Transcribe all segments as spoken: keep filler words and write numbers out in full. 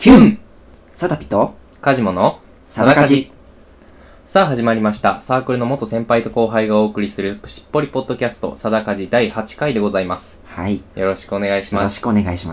キュンサタピとカジモのサダカジ。 さあ始まりました。サークルの元先輩と後輩がお送りするしっぽりポッドキャストサダカジだいはちかいでございます。 はい。 よろしくお願いします。 よろしくお願いします。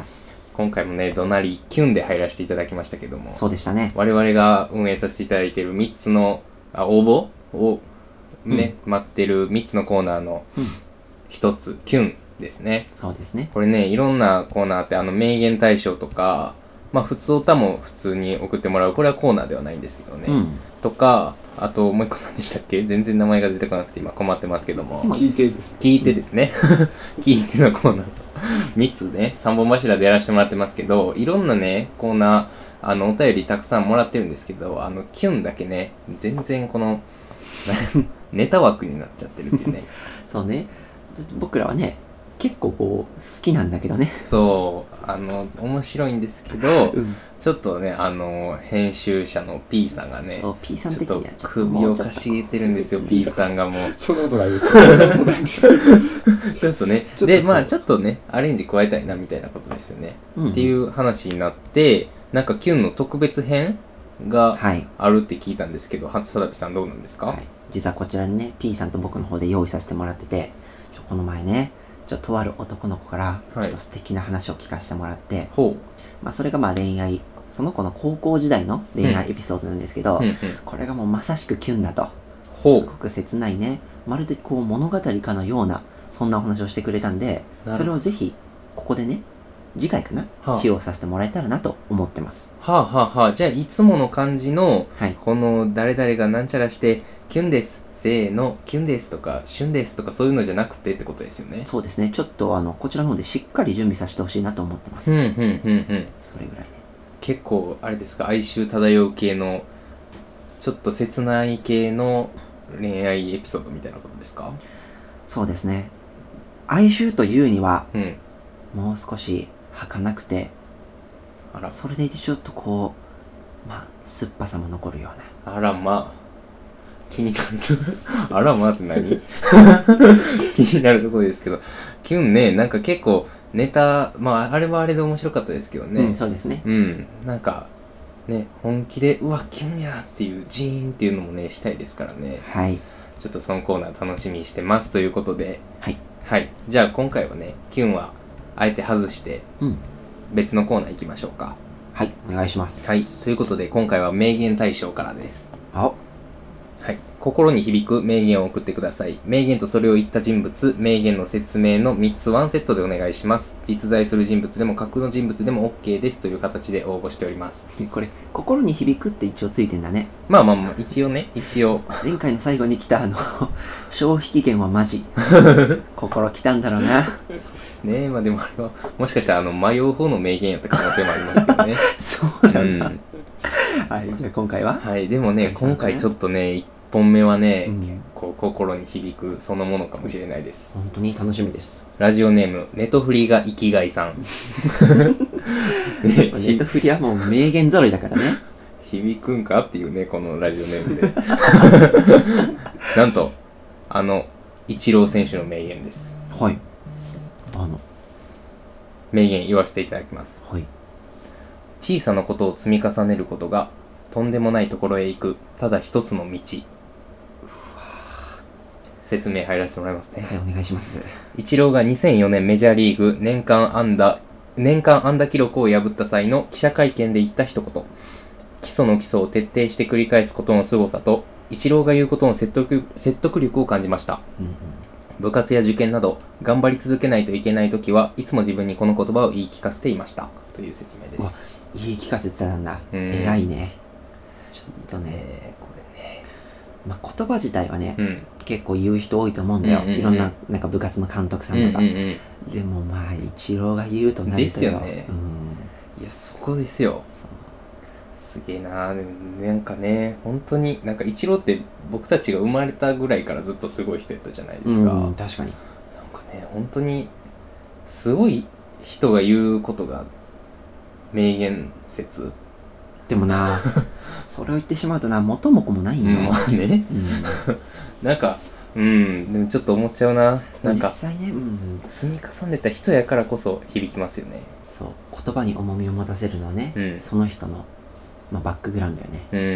今回もね、どなりキュンで入らせていただきましたけども。 そうでしたね。 我々が運営させていただいているみっつのあ応募をね、うん、待ってるみっつのコーナーのひとつ、うん、キュンですね。 そうですね。 これね、いろんなコーナーってあの名言大賞とか、まあ普通歌も普通に送ってもらう、これはコーナーではないんですけどね、うん、とか、あともう一個何でしたっけ、全然名前が出てこなくて今困ってますけども、 聞いてです聞いてですね聞いてのコーナーとみっつね、さんぼん柱でやらせてもらってますけど、いろんなねコーナー、あのお便りたくさんもらってるんですけど、あのキュンだけね全然このネタ枠になっちゃってるっていうねそうね、僕らはね結構こう好きなんだけどね。 そうあの面白いんですけど、うん、ちょっとねあの編集者の P さんがね、 そう P さん的にはちょっと首をかしげてるんですよ。 P さんがもうそんなことないですよちょっとねちょっとでまあちょっとねアレンジ加えたいなみたいなことですよね、うん、っていう話になって、なんかキュンの特別編があるって聞いたんですけど、はい、さだぴさんどうなんですか？はい、 実はこちらにね P さんと僕の方で用意させてもらってて、ちょこの前ねちょとある男の子からちょっと素敵な話を聞かせてもらって、はい、まあそれがまあ恋愛、その子の高校時代の恋愛エピソードなんですけど、うんうんうん、これがもうまさしくキュンだと、すごく切ないね、まるでこう物語かのようなそんなお話をしてくれたんで、それをぜひここでね次回かな、はあ、披露させてもらえたらなと思ってます。 はあはあはあ、じゃあいつもの感じの、はい、この誰々がなんちゃらしてキュンですせーのキュンですとかシュンですとかそういうのじゃなくてってことですよね。 そうですね、ちょっとあのこちらの方でしっかり準備させてほしいなと思ってます。 うんうんうんうん。 それぐらいね。 結構あれですか、哀愁漂う系のちょっと切ない系の恋愛エピソードみたいなことですか？ そうですね、哀愁というには、うん、もう少し儚くて、あらそれでちょっとこうまあ酸っぱさも残るような、あらまあ気になるあらまあって何気になるところですけど、キュンね、なんか結構ネタ、まああれはあれで面白かったですけどね、 うん、そうですね、 うん、なんかね本気でうわキュンやっていうジーンっていうのもねしたいですからね。 はい、 ちょっとそのコーナー楽しみにしてますということで、 はいはい、じゃあ今回はねキュンはあえて外して別のコーナー行きましょうか。 はい、お願いします。 はい、ということで今回は名言大賞からです。 あ、 はい、心に響く名言を送ってください。名言とそれを言った人物、名言の説明のみっつワンセットでお願いします。実在する人物でも架空の人物でも OK ですという形で応募しております。 これ心に響くって一応ついてんだね。 まあまあまあ一応ね、一応前回の最後に来たあの消費期限はマジ心きたんだろうな。 そうですね。まあでもあれはもしかしたらあの迷う方の名言やった可能性もありますけどね。 そうだな、うん、はい、じゃあ今回ははい、でもね今回ちょっとねいっぽんめはね、うん、結構心に響くそのものかもしれないです。 本当に楽しみです。 ラジオネームネトフリが生きがいさんネトフリはもう名言揃いだからね。 響くんかっていうねこのラジオネームでなんとあのイチロー選手の名言です。 はい、あの名言言わせていただきます。 はい、 小さなことを積み重ねることがとんでもないところへ行くただ一つの道。説明入らせてもらいますね。 はい、お願いします。 イチローがにせんよねんメジャーリーグ年間安打年間安打記録を破った際の記者会見で言った一言、基礎の基礎を徹底して繰り返すことの凄さとイチローが言うことの説得、説得力を感じました、うんうん、部活や受験など頑張り続けないといけないときはいつも自分にこの言葉を言い聞かせていましたという説明です。 言い聞かせてたんだ、うん、偉いね。ちょっとねこれね、まあ、言葉自体はね、うん、結構言う人多いと思うんだよ、うんうんうん、いろんな、なんか部活の監督さんとか、うんうんうん、でもまあイチローが言うとなるとよですよね、うん、いやそこですよ。そうすげえな。なんかね本当になんかイチローって僕たちが生まれたぐらいからずっとすごい人やったじゃないですか、 うん、確かになんかね本当にすごい人が言うことが名言説でもなそれを言ってしまうとな元も子もないんよ、 うん、まあね、うん、なんかうんでもちょっと思っちゃうな。なんか実際ね、うん、 積み重ねた人やからこそ響きますよね。 そう言葉に重みを持たせるのはね、うん、その人の、まあ、バックグラウンドよね。うん、うん、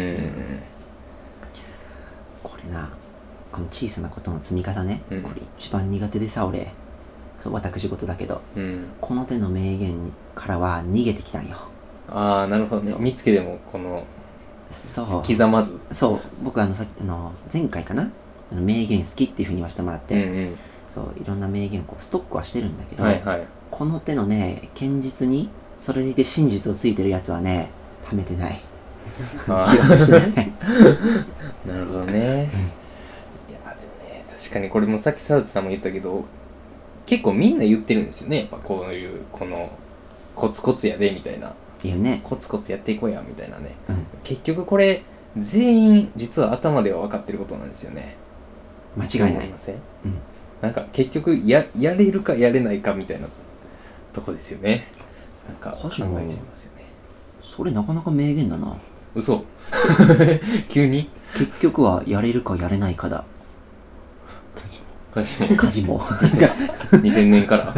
これなこの小さなことの積み重ね、うん、これ一番苦手でさ俺そう私事だけど、うん、この手の名言からは逃げてきたんよ。 ああなるほどね。見つけでもこのそう刻まずそう僕あのさあの前回かな名言好きっていうふうに言わせてもらって、うんうん、そういろんな名言をこうストックはしてるんだけど、はいはい、この手のね堅実にそれで真実をついてるやつはね貯めてない記憶してないなるほどね、うん、いやでもね確かにこれもさっき佐々木さんも言ったけど結構みんな言ってるんですよね。やっぱこういうこのコツコツやでみたいな言うね。 コツコツやっていこうやみたいなね、うん、結局これ全員実は頭では分かってることなんですよね。 間違いない。 ません、うん、なんか結局 や, やれるかやれないかみたいなとこですよね。なんか考えちゃいますよね。 それなかなか名言だな。 嘘急に結局はやれるかやれないかだ。 カジモカジモにせんねんから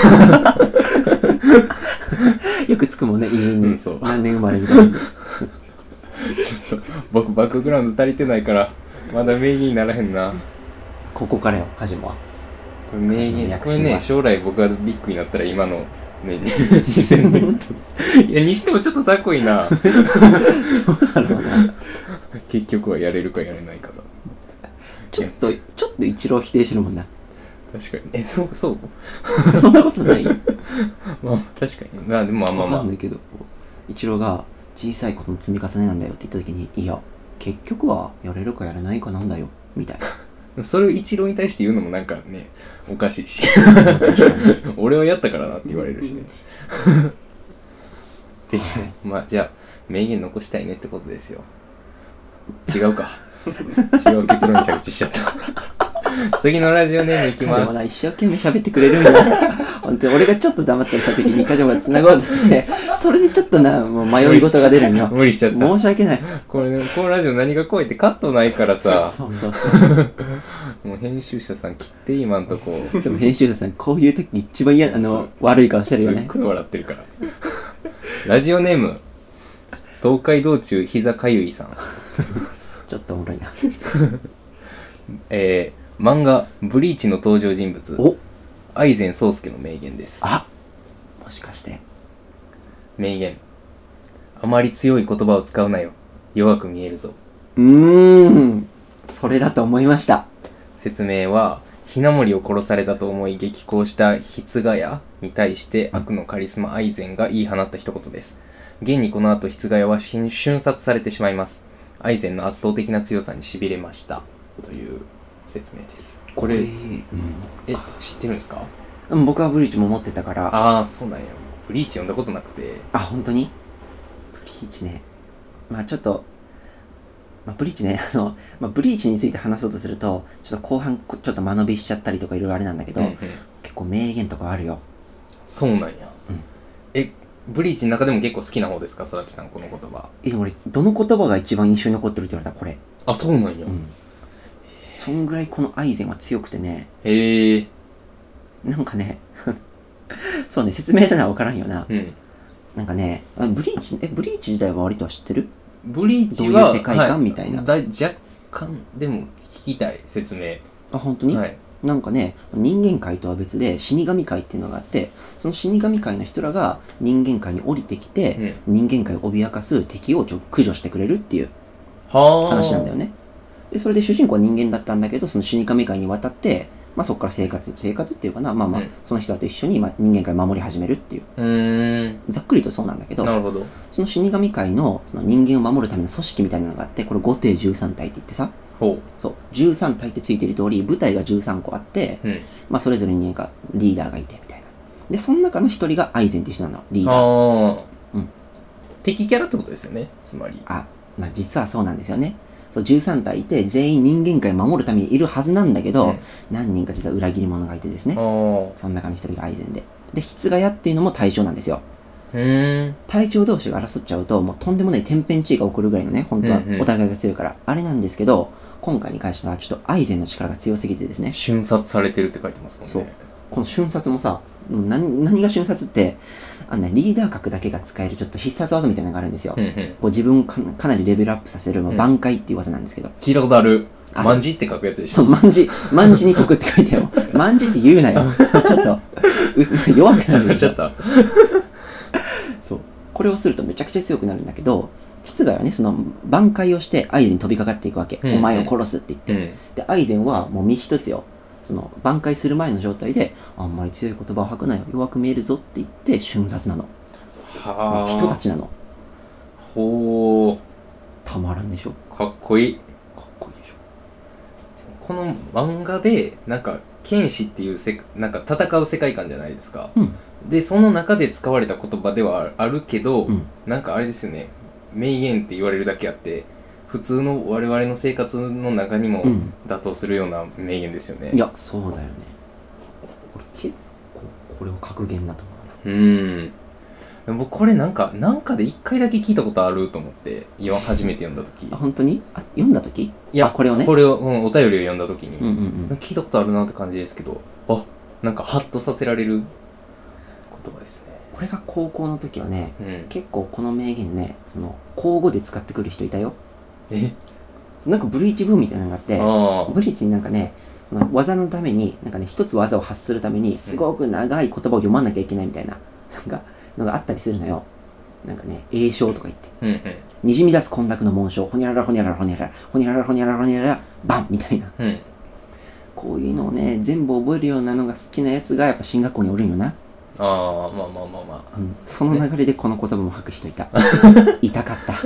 よくつくもんね偉人に、うん、そう何年生まれみたいなちょっと僕バックグラウンド足りてないからまだ名言にならへんな。 ここからよカジモは。 これ名言これね将来僕がビッグになったら今のねにせんねんいやにしてもちょっとかっこいいなそうだろうな結局はやれるかやれないかだ。 ちょっとちょっと一郎否定してるもんな。 確かにえそうそうそんなことないまあ確かにまあでもまあまあまあ分かんないけど一郎が小さいことの積み重ねなんだよって言った時にいや結局はやれるかやれないかなんだよみたいなそれを一郎に対して言うのもなんかねおかしいし俺はやったからなって言われるしねでまあじゃあ名言残したいねってことですよ。違うか違う結論に着地しちゃった次のラジオネームいきます。 彼もな一生懸命喋ってくれるんだ本当に俺がちょっと黙ったりした時に彼女が繋ごうとしてそれでちょっとなもう迷い事が出るんよ。 無理しちゃった。 申し訳ない。 これ、ね、このラジオ何が怖いってカットないからさそうそうそうもう編集者さん切って今んとこでも編集者さんこういう時一番嫌あの悪い顔してるよね。 すっごい笑ってるからラジオネーム東海道中膝かゆいさんちょっとおもろいなえー、漫画ブリーチの登場人物お愛禅宗介の名言です。 あもしかして名言あまり強い言葉を使うなよ弱く見えるぞ。 うーんそれだと思いました。 説明は雛森を殺されたと思い激高した筆ヶ谷に対して悪のカリスマ愛禅が言い放った一言です。現にこの後筆ヶ谷は瞬殺されてしまいます。愛禅の圧倒的な強さに痺れましたという説明です。これ、うん、え知ってるんですか？ 僕はブリーチも持ってたから。 ああそうなんや。ブリーチ読んだことなくて。 あ本当にブリーチねまあちょっと、まあ、ブリーチねあの、まあ、ブリーチについて話そうとするとちょっと後半ちょっと間延びしちゃったりとかいろいろあれなんだけど、うんうん、結構名言とかあるよ。 そうなんや、うん、えブリーチの中でも結構好きな方ですか佐々木さんこの言葉？ えでも俺どの言葉が一番印象に残ってるって言われたらこれ。 あそうなんや、 うん、そんぐらいこの愛禅は強くてね。 へえなんかねそうね説明せな分からんよな、 うん、 なんかねブリーチえブリーチ自体は割とは知ってる？ ブリーチはどういう世界観、はい、みたいなだ若干でも聞きたい説明。 あ本当に、はい、なんかね人間界とは別で死神界っていうのがあってその死神界の人らが人間界に降りてきて、うん、人間界を脅かす敵をちょ駆除してくれるっていう話なんだよね。でそれで主人公は人間だったんだけどその死神界に渡って、まあ、そこから生活生活っていうかなまあまあ、うん、その人らと一緒に、まあ、人間界を守り始めるっていう、 うーんざっくりとそうなんだけど、 なるほど。 その死神界 の, その人間を守るための組織みたいなのがあってこれごていじゅうさんたいって言ってさほうそうじゅうさんたいってついてる通り部隊がじゅうさんこあって、うんまあ、それぞれ人間がリーダーがいてみたいなでその中の一人が愛禅っていう人なのリーダー。 あ、うん、敵キャラってことですよねつまり。 あまあ実はそうなんですよね。そうじゅうさんたいいて全員人間界を守るためにいるはずなんだけど、うん、何人か実は裏切り者がいてですねその中の一人が愛禅でで筆ヶ谷っていうのも対象なんですよ。 ーん。 隊長同士が争っちゃうと、もうとんでもない天変地異が起こるぐらいのね、本当はお互いが強いから、うんうん、あれなんですけど、今回に関してはちょっとアイゼンの力が強すぎてですね。 瞬殺されてるって書いてますもんね。 そう。この瞬殺もさ、何, 何が瞬殺って、あのね、リーダー格だけが使えるちょっと必殺技みたいなのがあるんですよ。 うんうん、 こう自分を か, かなりレベルアップさせる、まあ、挽回っていう技なんですけど。 聞いたことある。万字って書くやつでしょ。 そう、万字、万字に解くって書いてよ。万字って言うなよ。ちょっと、弱くなる。 ちゃった。 そう。これをするとめちゃくちゃ強くなるんだけど、室外はね、その挽回をしてアイゼンに飛びかかっていくわけ。うんうん、お前を殺すって言って、うん。で、アイゼンはもう身一つよ。その挽回する前の状態で、あんまり強い言葉を吐くなよ、弱く見えるぞって言って瞬殺なの。 はあ。 人たちなの。 ほう。 たまらんでしょ。 かっこいい。 かっこいいでしょ。 この漫画でなんか剣士っていうせなんか戦う世界観じゃないですか。 うん、 でその中で使われた言葉ではあるけど、 うん、 なんかあれですよね。名言って言われるだけあって。普通の我々の生活の中にも妥当するような名言ですよね。 うん、いやそうだよね。俺結構これを格言だと思う。うん僕これなんかなんかで一回だけ聞いたことあると思って初めて読んだ時。 あ本当に？あ読んだ時？ いやこれをねこれを、うん、お便りを読んだ時に、 うんうんうん、 聞いたことあるなって感じですけど、あなんかハッとさせられる言葉ですね。 これが高校の時はね、 うん、 結構この名言ねその口語で使ってくる人いたよ。 えなんかブリーチブームみたいなのがあってあブリーチになんかねその技のためになんかね一つ技を発するためにすごく長い言葉を読まなきゃいけないみたいな、なんかのがあったりするのよ。なんかね詠唱とか言って、 うんうん、 にじみ出す混濁の紋章ほにゃららほにゃららほにゃららほにゃららほにゃららほにゃららバンみたいな、 うん、 こういうのをね全部覚えるようなのが好きなやつがやっぱ進学校におるんよな。 ああまあまあまあまあ、 うん、その流れでこの言葉も吐く人いた痛かった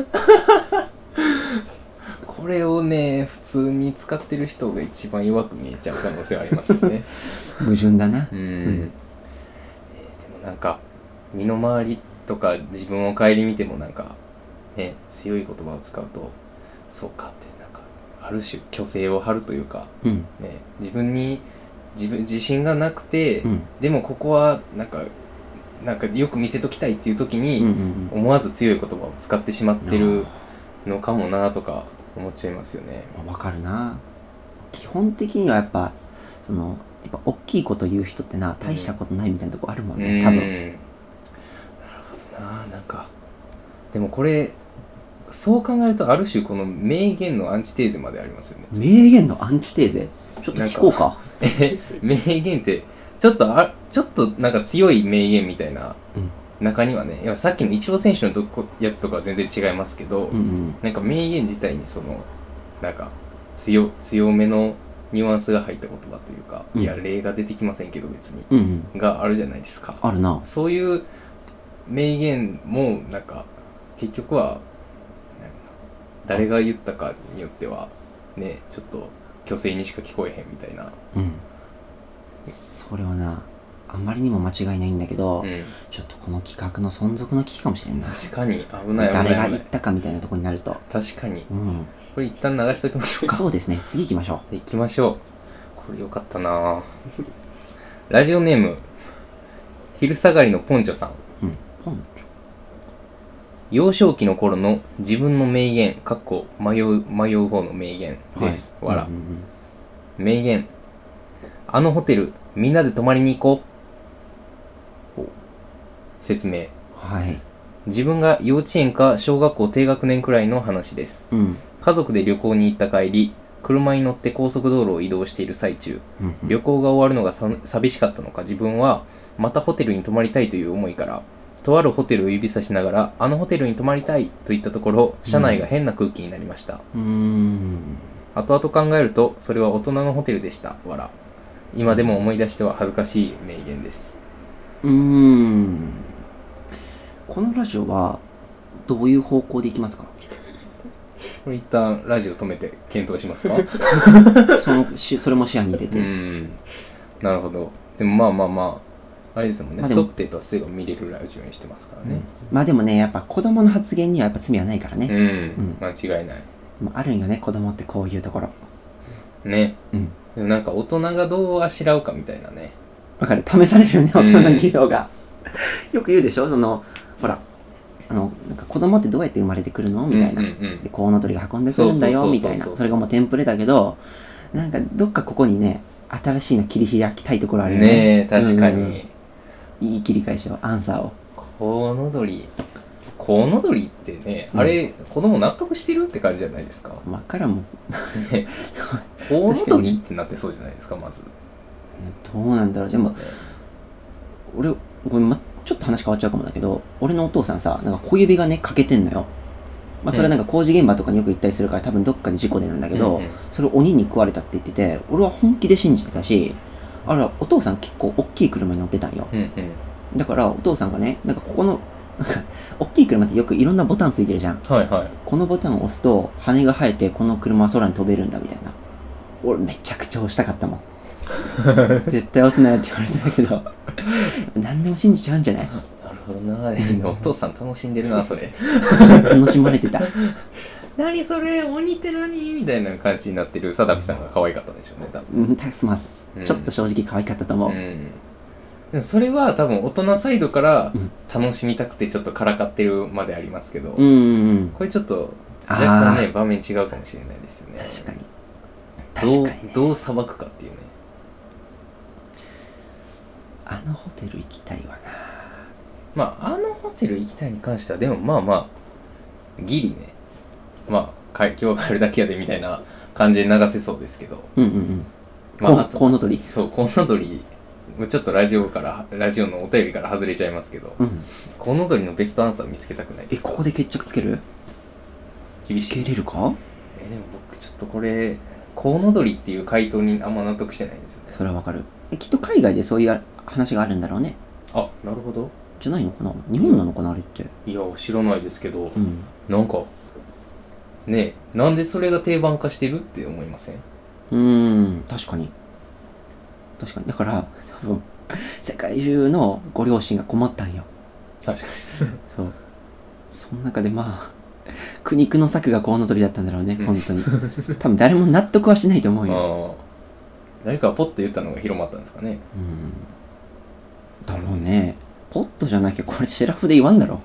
これをね普通に使ってる人が一番弱く見えちゃう可能性ありますよね矛盾だな。 うん、うんえー、でもなんか身の回りとか自分を顧みてもなんかね強い言葉を使うとそうかってなんかある種虚勢を張るというか、 うんね、自分に自分自信がなくて、 うん、 でもここはなんかなんかよく見せときたいっていう時に、 うんうんうん、 思わず強い言葉を使ってしまってるのかもなとか思っちゃいますよね。 わかるな。基本的にはやっぱそのやっぱ大きいこと言う人ってな大したことないみたいなとこあるもんね、うん、多分。なるほどな。なんかでもこれそう考えるとある種この名言のアンチテーゼまでありますよね。 名言のアンチテーゼちょっと聞こうか。 え名言ってちょっとあちょっとなんか強い名言みたいな、うん、中にはねいやさっきのイチロー選手のとこやつとかは全然違いますけど、 うんうん、 なんか名言自体にそのなんか 強, 強めのニュアンスが入った言葉というか、うん、いや例が出てきませんけど別に、 うんうん、 があるじゃないですか。 あるな。 そういう名言もなんか結局は誰が言ったかによってはねちょっと虚勢にしか聞こえへんみたいな、 うん、それはなあんまりにも間違いないんだけど、 うん、 ちょっとこの企画の存続の危機かもしれんな。 確かに危ない危ない。 誰が言ったかみたいなところになると確かに、 うん、 これ一旦流しときましょうか。 そうですね次行きましょう行きましょう。これよかったなラジオネーム昼下がりのポンチョさん、 うん、ポンチョ幼少期の頃の自分の名言かっこ迷う迷う方の名言です、はい、わら、うんうんうん、名言あのホテルみんなで泊まりに行こう。説明、 はい、 自分が幼稚園か小学校低学年くらいの話です、 うん、 家族で旅行に行った帰り車に乗って高速道路を移動している最中、うんうん、旅行が終わるのがさ寂しかったのか自分はまたホテルに泊まりたいという思いからとあるホテルを指さしながらあのホテルに泊まりたいと言ったところ車内が変な空気になりました、 うん、うーん後々考えるとそれは大人のホテルでした。わら今でも思い出しては恥ずかしい名言です。 うーんこのラジオはどういう方向でいきますか？ これ一旦ラジオ止めて検討しますか？ そのしそれも視野に入れて。 うーんなるほど。でもまあまあまああれですもんね、まあ、不特定多数が見れるラジオにしてますからね、うん、 まあでもねやっぱ子供の発言にはやっぱ罪はないからね。 うん、うん、間違いない。 もあるんよね子供ってこういうところね、 うん、 でもなんか大人がどうあしらうかみたいなね。 わかる試されるよね大人の技量が、うん、よく言うでしょそのほらあのなんか子供ってどうやって生まれてくるのみたいな、 うんうんうん、 でコウノトリが運んでくるんだよみたいな、それがもうテンプレだけど、なんかどっかここにね新しいの切り開きたいところあるよね。 ねえ確かに、うんうん、 いい切り返しをアンサーを。 コウノトリコウノトリってね、うん、あれ子供納得してるって感じじゃないですか。 わからんもんね、コウノトリってなってそうじゃないですかまず。 どうなんだろう。でも、ね、俺ごめん、ま、ちょっと話変わっちゃうかもだけど、俺のお父さんさ、なんか小指がね欠けてんのよ。まあそれはなんか工事現場とかによく行ったりするから多分どっかで事故でなんだけど、うんうん、それを鬼に食われたって言ってて、俺は本気で信じてたし、あれはお父さん結構大きい車に乗ってたんよ、うんうん、だからお父さんがね、なんかここのなんか大きい車ってよくいろんなボタンついてるじゃん、はいはい、このボタンを押すと羽が生えてこの車は空に飛べるんだみたいな。俺めちゃくちゃ押したかったもん絶対押すなよって言われたけど何でも信じちゃうんじゃない。 なるほどな。お父さん楽しんでるなそれ楽しまれてた何それ鬼って何みたいな感じになってるサダピさんが可愛かったんでしょうね多分。 うん、すます、うん、ちょっと正直可愛かったと思う、うん、 でもそれは多分大人サイドから楽しみたくてちょっとからかってるまでありますけど、うんうんうん、これちょっと若干ね場面違うかもしれないですよね。 確かに確かに、ね、どう、どう裁くかっていうね。 あのホテル行きたいわな。 まああのホテル行きたいに関してはでもまあまあギリね、まあ今日帰るだけやでみたいな感じで流せそうですけど、うんうんうん、 まあコウノトリ、 そうコウノトリちょっとラジオからラジオのお便りから外れちゃいますけど、うん、コウノトリのベストアンサーを見つけたくないですか。 えここで決着つける？厳しい。つけれるか？ えでも僕ちょっとこれコウノトリっていう回答にあんま納得してないんですよね。 それはわかる。えきっと海外でそういう話があるんだろうね。 あ、なるほど。 じゃないのかな。日本なのかなあれって。 いや知らないですけど、うん、なんかねえなんでそれが定番化してるって思いません？ うーん確かに確かに。だから多分世界中のご両親が困ったんよ。 確かにそうその中でまあ苦肉の策がコウノトリだったんだろうね、うん、本当に多分誰も納得はしないと思うよ。 あ誰かがポッと言ったのが広まったんですかね。 うんだろうね。ポットじゃなきゃこれシェラフで言わんだろ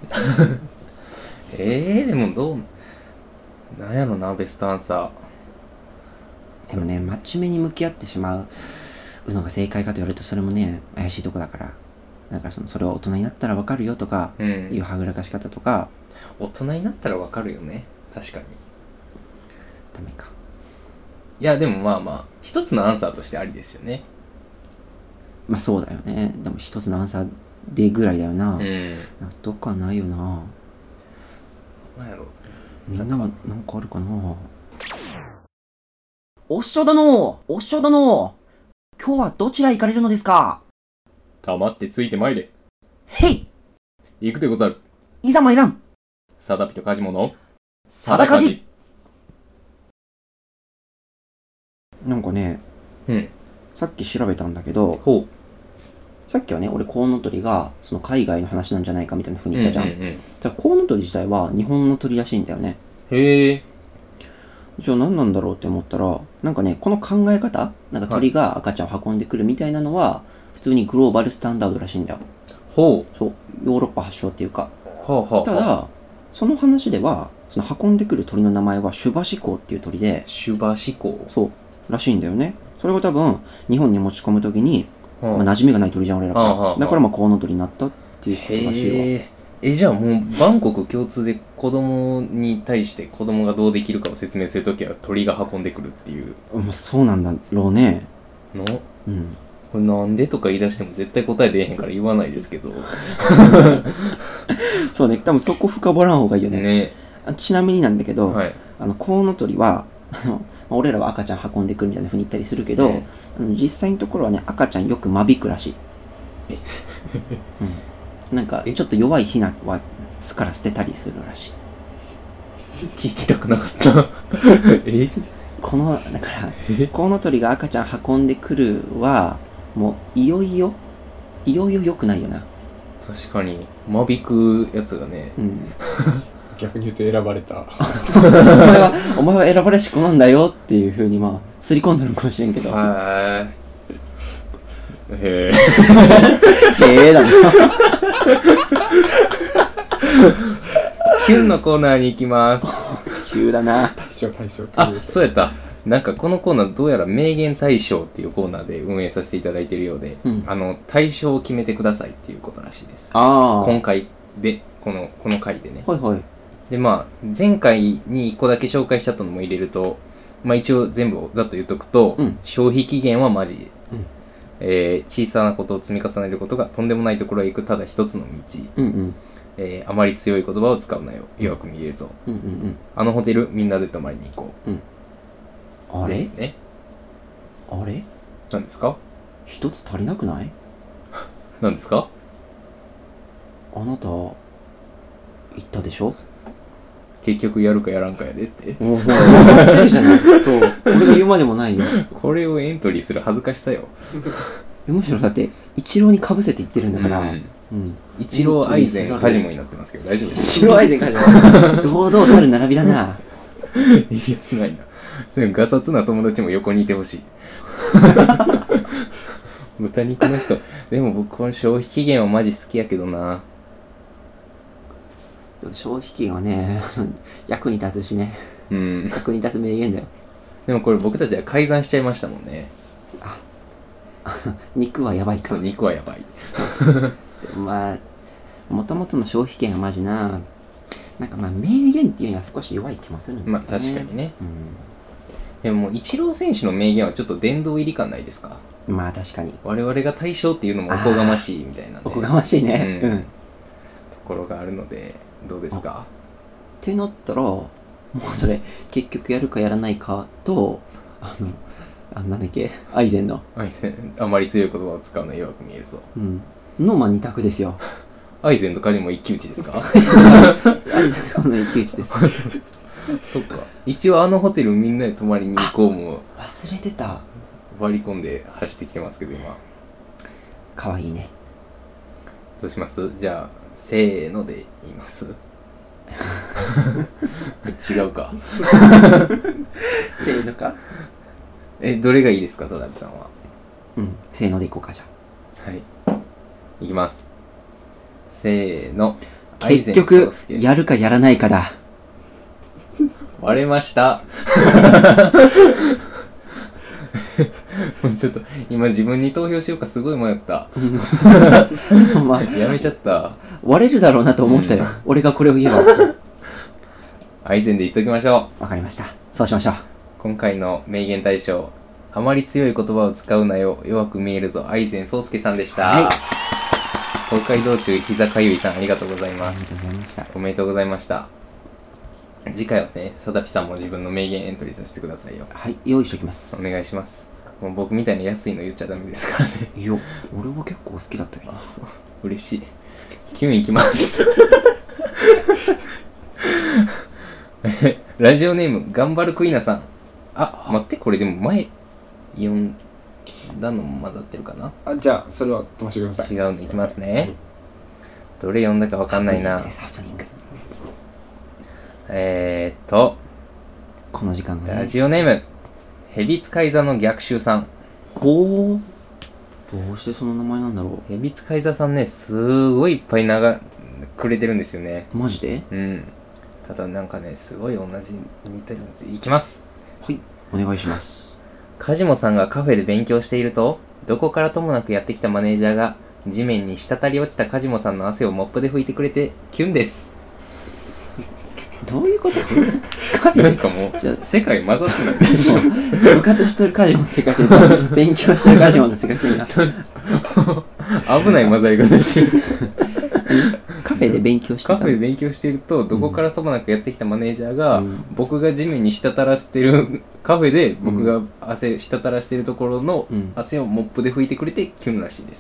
えーでもどうなんやろなベストアンサー。でもね真面目に向き合ってしまうのが正解かと言われるとそれもね怪しいとこだから。だからそのそれは大人になったらわかるよとかいうはぐらかし方とか、 うん、大人になったらわかるよね。確かにダメか。 いやでもまあまあ一つのアンサーとしてありですよね。 まあそうだよね。でも一つのアンサーでぐらいだよな、うん、納得はないよな。 なんやろみんなは何かあるかな。おっしょ殿おっしょ殿今日はどちら行かれるのですか。 黙ってついてまいれ。 へい行くでござる。 いざ参らん。 サダピとカジモのサダカジ。なんかね、うん、さっき調べたんだけど、ほうさっきはね俺コウノトリがその海外の話なんじゃないかみたいな風に言ったじゃん、うんうんうん、だからコウノトリ自体は日本の鳥らしいんだよね。へえ。じゃあ何なんだろうって思ったらなんかねこの考え方なんか鳥が赤ちゃんを運んでくるみたいなのは、はい、普通にグローバルスタンダードらしいんだよ。ほう。そうヨーロッパ発祥っていうか、はあはあ、ただその話ではその運んでくる鳥の名前はシュバシコウっていう鳥で。 シュバシコウ。 そうらしいんだよね。それが多分日本に持ち込むときに、はあまあ、馴染みがない鳥じゃん俺らから、はあはあ、だからまあコウノトリになったっていうことらしいわ。 えじゃあもうバンコク共通で子供に対して子供がどうできるかを説明するときは鳥が運んでくるっていう。 まあそうなんだろうね。 のうんこれなんでとか言い出しても絶対答え出えへんから言わないですけどそうね多分そこ深掘らん方がいいよね。ねちなみになんだけど、はい、あのコウノトリは俺らは赤ちゃん運んでくるみたいな風に言ったりするけど、ね、あの実際のところはね赤ちゃんよく間引くらしい。え、うん、なんかちょっと弱いヒナは巣から捨てたりするらしい。 聞きたくなかったえこのだからコウノトリが赤ちゃん運んでくるはもういよいよいよいよ良くないよな。 確かに間引くやつがね、うん、 逆に言うと選ばれたお前はお前は選ばれし子なんだよっていう風にまあすり込んでるかもしれんけど。 へえへえだなキュンのコーナーに行きます。 急だな。 大将大将。 あ、そうやった。なんかこのコーナーどうやら名言大賞っていうコーナーで運営させていただいているようで、うん、あの大賞を決めてくださいっていうことらしいです。 あ今回でこのこの回でね。 はいはい。 でまあ前回にいっこだけ紹介しちゃったのも入れると、まあ一応全部をざっと言っとくと、うん、消費期限はマジで、うんえー、小さなことを積み重ねることがとんでもないところへ行くただ一つの道。 うんうんえー、あまり強い言葉を使うなよ、弱く見えるぞ、 うんうんうん、 あのホテルみんなで泊まりに行こう、うん、 あれですね。 あれ何ですか？ 一つ足りなくない？ 何ですか？ あなた言ったでしょ？ 結局やるかやらんかやでって。 もう分かってるじゃない。そう俺が言うまでもないよ。 これをエントリーする恥ずかしさよ。 むしろだってイチローにかぶせて言ってるんだから、うんうん、イチローアイゼンカジモになってますけど大丈夫ですか？ イチローアイゼンカジモ堂々たる並びだな。 えげつないな。そういうガサツな友達も横にいてほしい。豚肉の人でも僕この消費期限はマジ好きやけどな。 消費期限はね役に立つしね、うん、役に立つ名言だよ。 でもこれ僕たちは改ざんしちゃいましたもんね。 あ肉はやばいか。 そう肉はやばい。 まあもともとの消費期限はマジな、なんかまあ名言っていうには少し弱い気もするんだよね。 まあ確かにね、 うん、 でももうイチロー選手の名言はちょっと殿堂入り感ないですか？ まあ確かに我々が対象っていうのもおこがましいみたいなね、 おこがましいね、うん、うん、 ところがあるのでどうですか？ ってなったらもうそれ結局やるかやらないかとあのあなんだっけアイゼンのアイゼンあまり強い言葉を使うのは弱く見えるぞ、 うん、のまあ二択ですよ。 アイゼンとカジモ一騎打ちですか？アイゼンの一騎打ちです。 そっか。一応あのホテルみんなで泊まりに行こうも忘れてた。 割り込んで走ってきてますけど今。 かわいいね。 どうします？じゃあせーので言います。違うか。 せーのか。 えどれがいいですか、貞美さんは？ うんせーのでいこうかじゃあ。はい。いきます。せーの。 結局やるかやらないかだ。 割れました。もうちょっと今自分に投票しようかすごい迷った。まあ、やめちゃった。 割れるだろうなと思ったよ、うん、俺がこれを言えば。 アイゼンで言っときましょう。わかりました、そうしましょう。 今回の名言大賞、あまり強い言葉を使うなよ、弱く見えるぞ、アイゼン宗介さんでした。はい、東海道中膝かゆいさんありがとうございます。 ありがとうございました。 おめでとうございました。次回はね、さだぴさんも自分の名言エントリーさせてくださいよ。 はい、用意しておきます。 お願いします。もう僕みたいな安いの言っちゃダメですからね。 いや、俺は結構好きだったけど。 あ、そう。嬉しい。キュンいきます。ラジオネーム、頑張るクイナさん。あ、待って、これでも前読んだのも混ざってるかな。 あ、じゃあ、それは飛ばしてください。 違うのいきますね。どれ読んだかわかんないな。えーっと、 この時間が、ね、 ラジオネーム、ヘビ使い座の逆襲さん。 ほー。どうしてその名前なんだろう。 ヘビ使い座さんね、すごいいっぱい長くれてるんですよね。 マジで？ うん。ただなんかね、すごい同じ似てるんで、いきます。 はい、お願いします。 カジモさんがカフェで勉強していると、どこからともなくやってきたマネージャーが、地面に滴り落ちたカジモさんの汗をモップで拭いてくれて、キュンです。 どういうこと？ なんかもう世界混ざってないでしょ。部活してるカジモの世界線と勉強してるカジモの世界線が危ない混ざり方してる。 カフェで勉強してたカフェで勉強していると、どこからともなくやってきたマネージャーが、うん、僕が地面に滴らせてるカフェで僕が汗滴らしてるところの汗をモップで拭いてくれてキュンらしいです。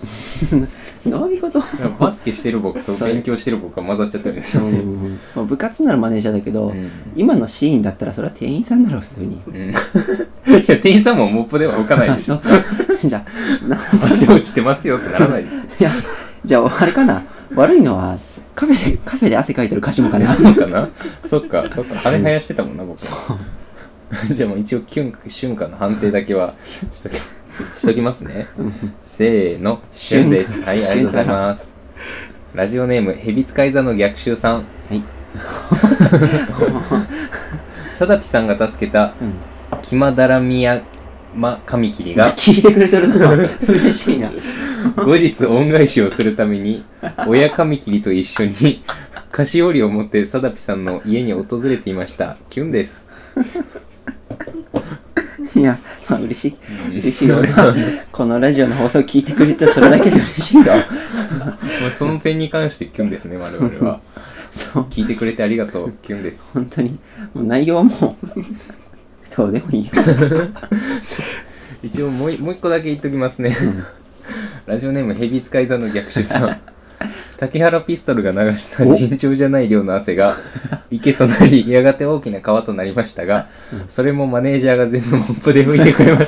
どういうこと？ バスケしてる僕と勉強してる僕が混ざっちゃってるんですよね。 まあ、部活ならマネージャーだけど、うん、今のシーンだったらそれは店員さんだろう普通に。うん、いや店員さんもモップでは拭かないですよ。 じゃあ汗落ちてますよってならないですよ。いやじゃああれかな、悪いのはカフェでカフェで汗かいてるカジモかな。 そうかな。そっかそっか、羽生やしてたもんな僕。そうじゃあもう一応キュン瞬間の判定だけはしときしときますね。せーの、シュンです。はい、ありがとうございます。 ラジオネームヘビ使い座の逆襲さん。 はいサダピさんが助けた、うん、キマダラミヤマカミキリが聞いてくれてるの嬉しいな。 後日恩返しをするために親カミキリと一緒に菓子折りを持ってサダピさんの家に訪れていました。キュンです。 いや、まあ嬉しい嬉しいよ。俺はこのラジオの放送を聞いてくれたらそれだけで嬉しいよ。 その点に関してキュンですね、我々は。そう聞いてくれてありがとう、キュンです。 本当にもう内容はもうどうでもいいよ。 一応もうもう一個だけ言っときますね。ラジオネームヘビ使い座の逆襲さん。竹原ピストルが流した尋常じゃない量の汗が池となり、やがて大きな川となりましたが、それもマネージャーが全部モップで拭いてくれました。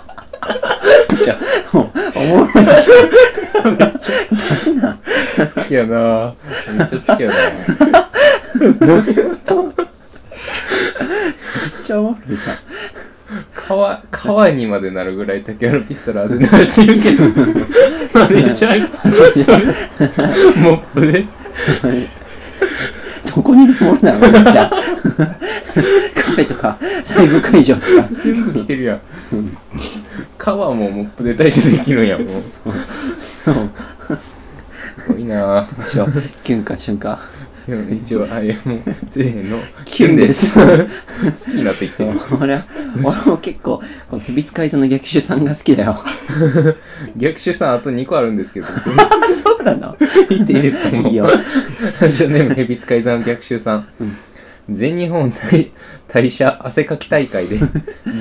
じゃあもうおもろいじゃん。めっちゃ好きやな。めっちゃ好きやな。どういうこと？めっちゃおもろいじゃん。 川、川にまでなるぐらい竹原ピストル汗流してるけどマネージャーがそれモップでどこにでもおるな、めっちゃカフェとかライブ会場とか全部来てるやん。川もモップで対処できるんやもう。 そうすごいな。 キュンか瞬間一応あれもうせーのキュンです。好きになってきてる。 俺は俺も結構このヘビ使い座の逆襲さんが好きだよ。 逆襲さんあとにこあるんですけど。 そうなの？ 言っていいですか？もういいよ。ラジオネームヘビ使い座の逆襲さん。うん、全日本大社汗かき大会で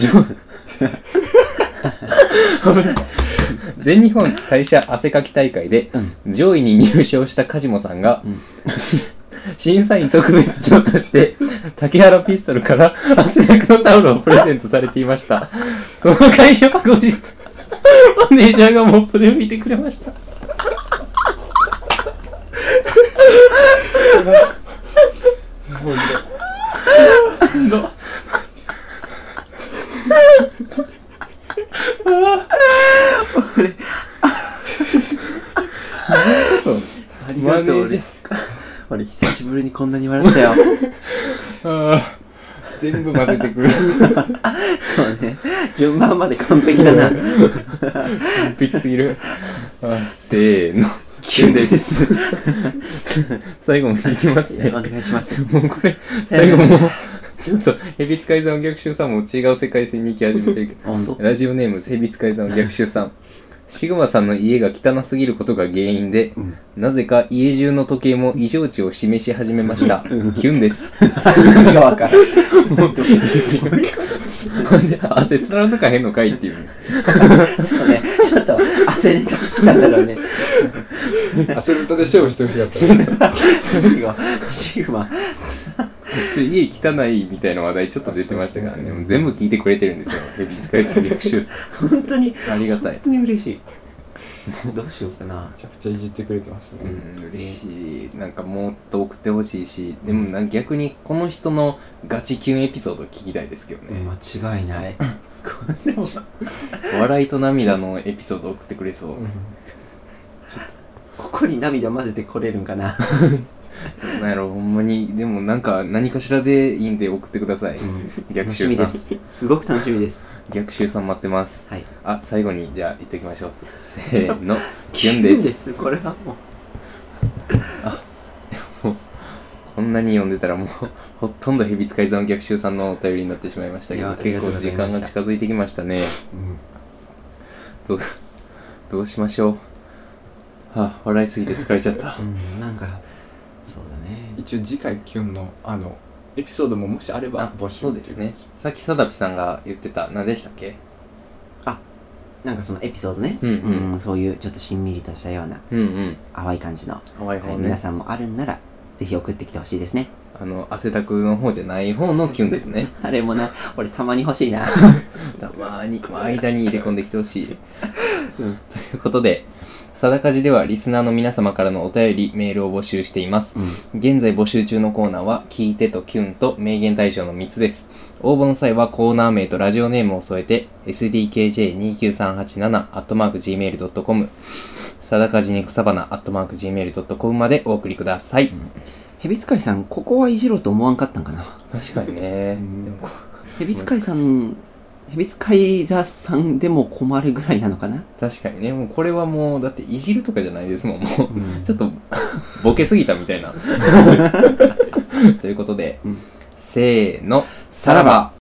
全日本大社汗かき大会で上位に入賞した梶本さんが、うん、審査員特別賞として竹原ピストルから汗だくのタオルをプレゼントされていました。その会場後日マネージャーがモップで拭いてくれました。の俺ありがとう。俺俺久しぶりにこんなに笑ったよ。 あ全部混ぜてくる。 そうね、順番まで完璧だな。 完璧すぎる。あせーのキュンです。最後もいきますね。 お願いします。 もうこれ最後もちょっとヘビ使い座の逆襲さんも違う世界線に行き始めてるけど、ラジオネームヘビ使い座の逆襲さん。シグマさんの家が汚すぎることが原因で、うん、なぜか家中の時計も異常値を示し始めました。キュンです。 何がわかる。 で汗つら抜かへんのかいっていう、ね。 そうね、ちょっと汗ネタ好きなんだろうね。 汗ネタで勝負してほしかった。 それがシグマ。 家汚いみたいな話題ちょっと出てましたからね。もう全部聞いてくれてるんですよ。ヘビ使い座の逆襲さん。 本当にありがたい。 本当に嬉しい。どうしようかな。 めちゃくちゃいじってくれてますね。 うん、嬉しい。なんかもっと送ってほしいし、でもなんか逆にこの人のガチキュンエピソード聞きたいですけどね。 間違いない。 笑いと涙のエピソード送ってくれそう。うん、ちょっとここに涙混ぜてこれるんかな。 なんやろ、ほんまに。でもなんか何かしらでいいんで送ってください。うん、逆襲さん。楽しみです。 すごく楽しみです。逆襲さん待ってます。 はい。 あ、最後にじゃあ言っておきましょう。せーの。キュンです。 これはもう。 あ、でもこんなに読んでたらもうほとんどヘビ使い座の逆襲さんのお便りになってしまいましたけど、結構時間が近づいてきましたね。うん、どうどうしましょう。はあ、笑いすぎて疲れちゃった。 うん、なんか。そうだね。 一応次回キュンのあのエピソードももしあれば募集。そうですね。さっきサダピさんが言ってた何でしたっけ？ あ、なんかそのエピソードね。 うんうん。 うん、そういうちょっとしんみりとしたような、 うんうん、 淡い感じの、 淡い方ね、 はい、皆さんもあるんならぜひ送ってきてほしいですね。 あの汗だくの方じゃない方のキュンですね。 あれもな、俺たまに欲しいな。 たまに間に入れ込んできてほしい。うん、ということで。 さだかじではリスナーの皆様からのお便りメールを募集しています、うん、現在募集中のコーナーは聞いてとキュンと名言大賞のみっつです。応募の際はコーナー名とラジオネームを添えて エスディーケージェーにきゅうさんはちなな アットマーク ジーメールドットコム さだかじに草花 アットマーク ジーメールドットコム までお送りください、うん、 ヘビ使いさんここはいじろうと思わんかったんかな。 確かにね、うん、 ヘビ使いさんヘビ使い座さんでも困るぐらいなのかな。 確かにね、もうこれはもうだっていじるとかじゃないですもん、もう、うん、ちょっとボケすぎたみたいなということで、うん、せーの、さらば。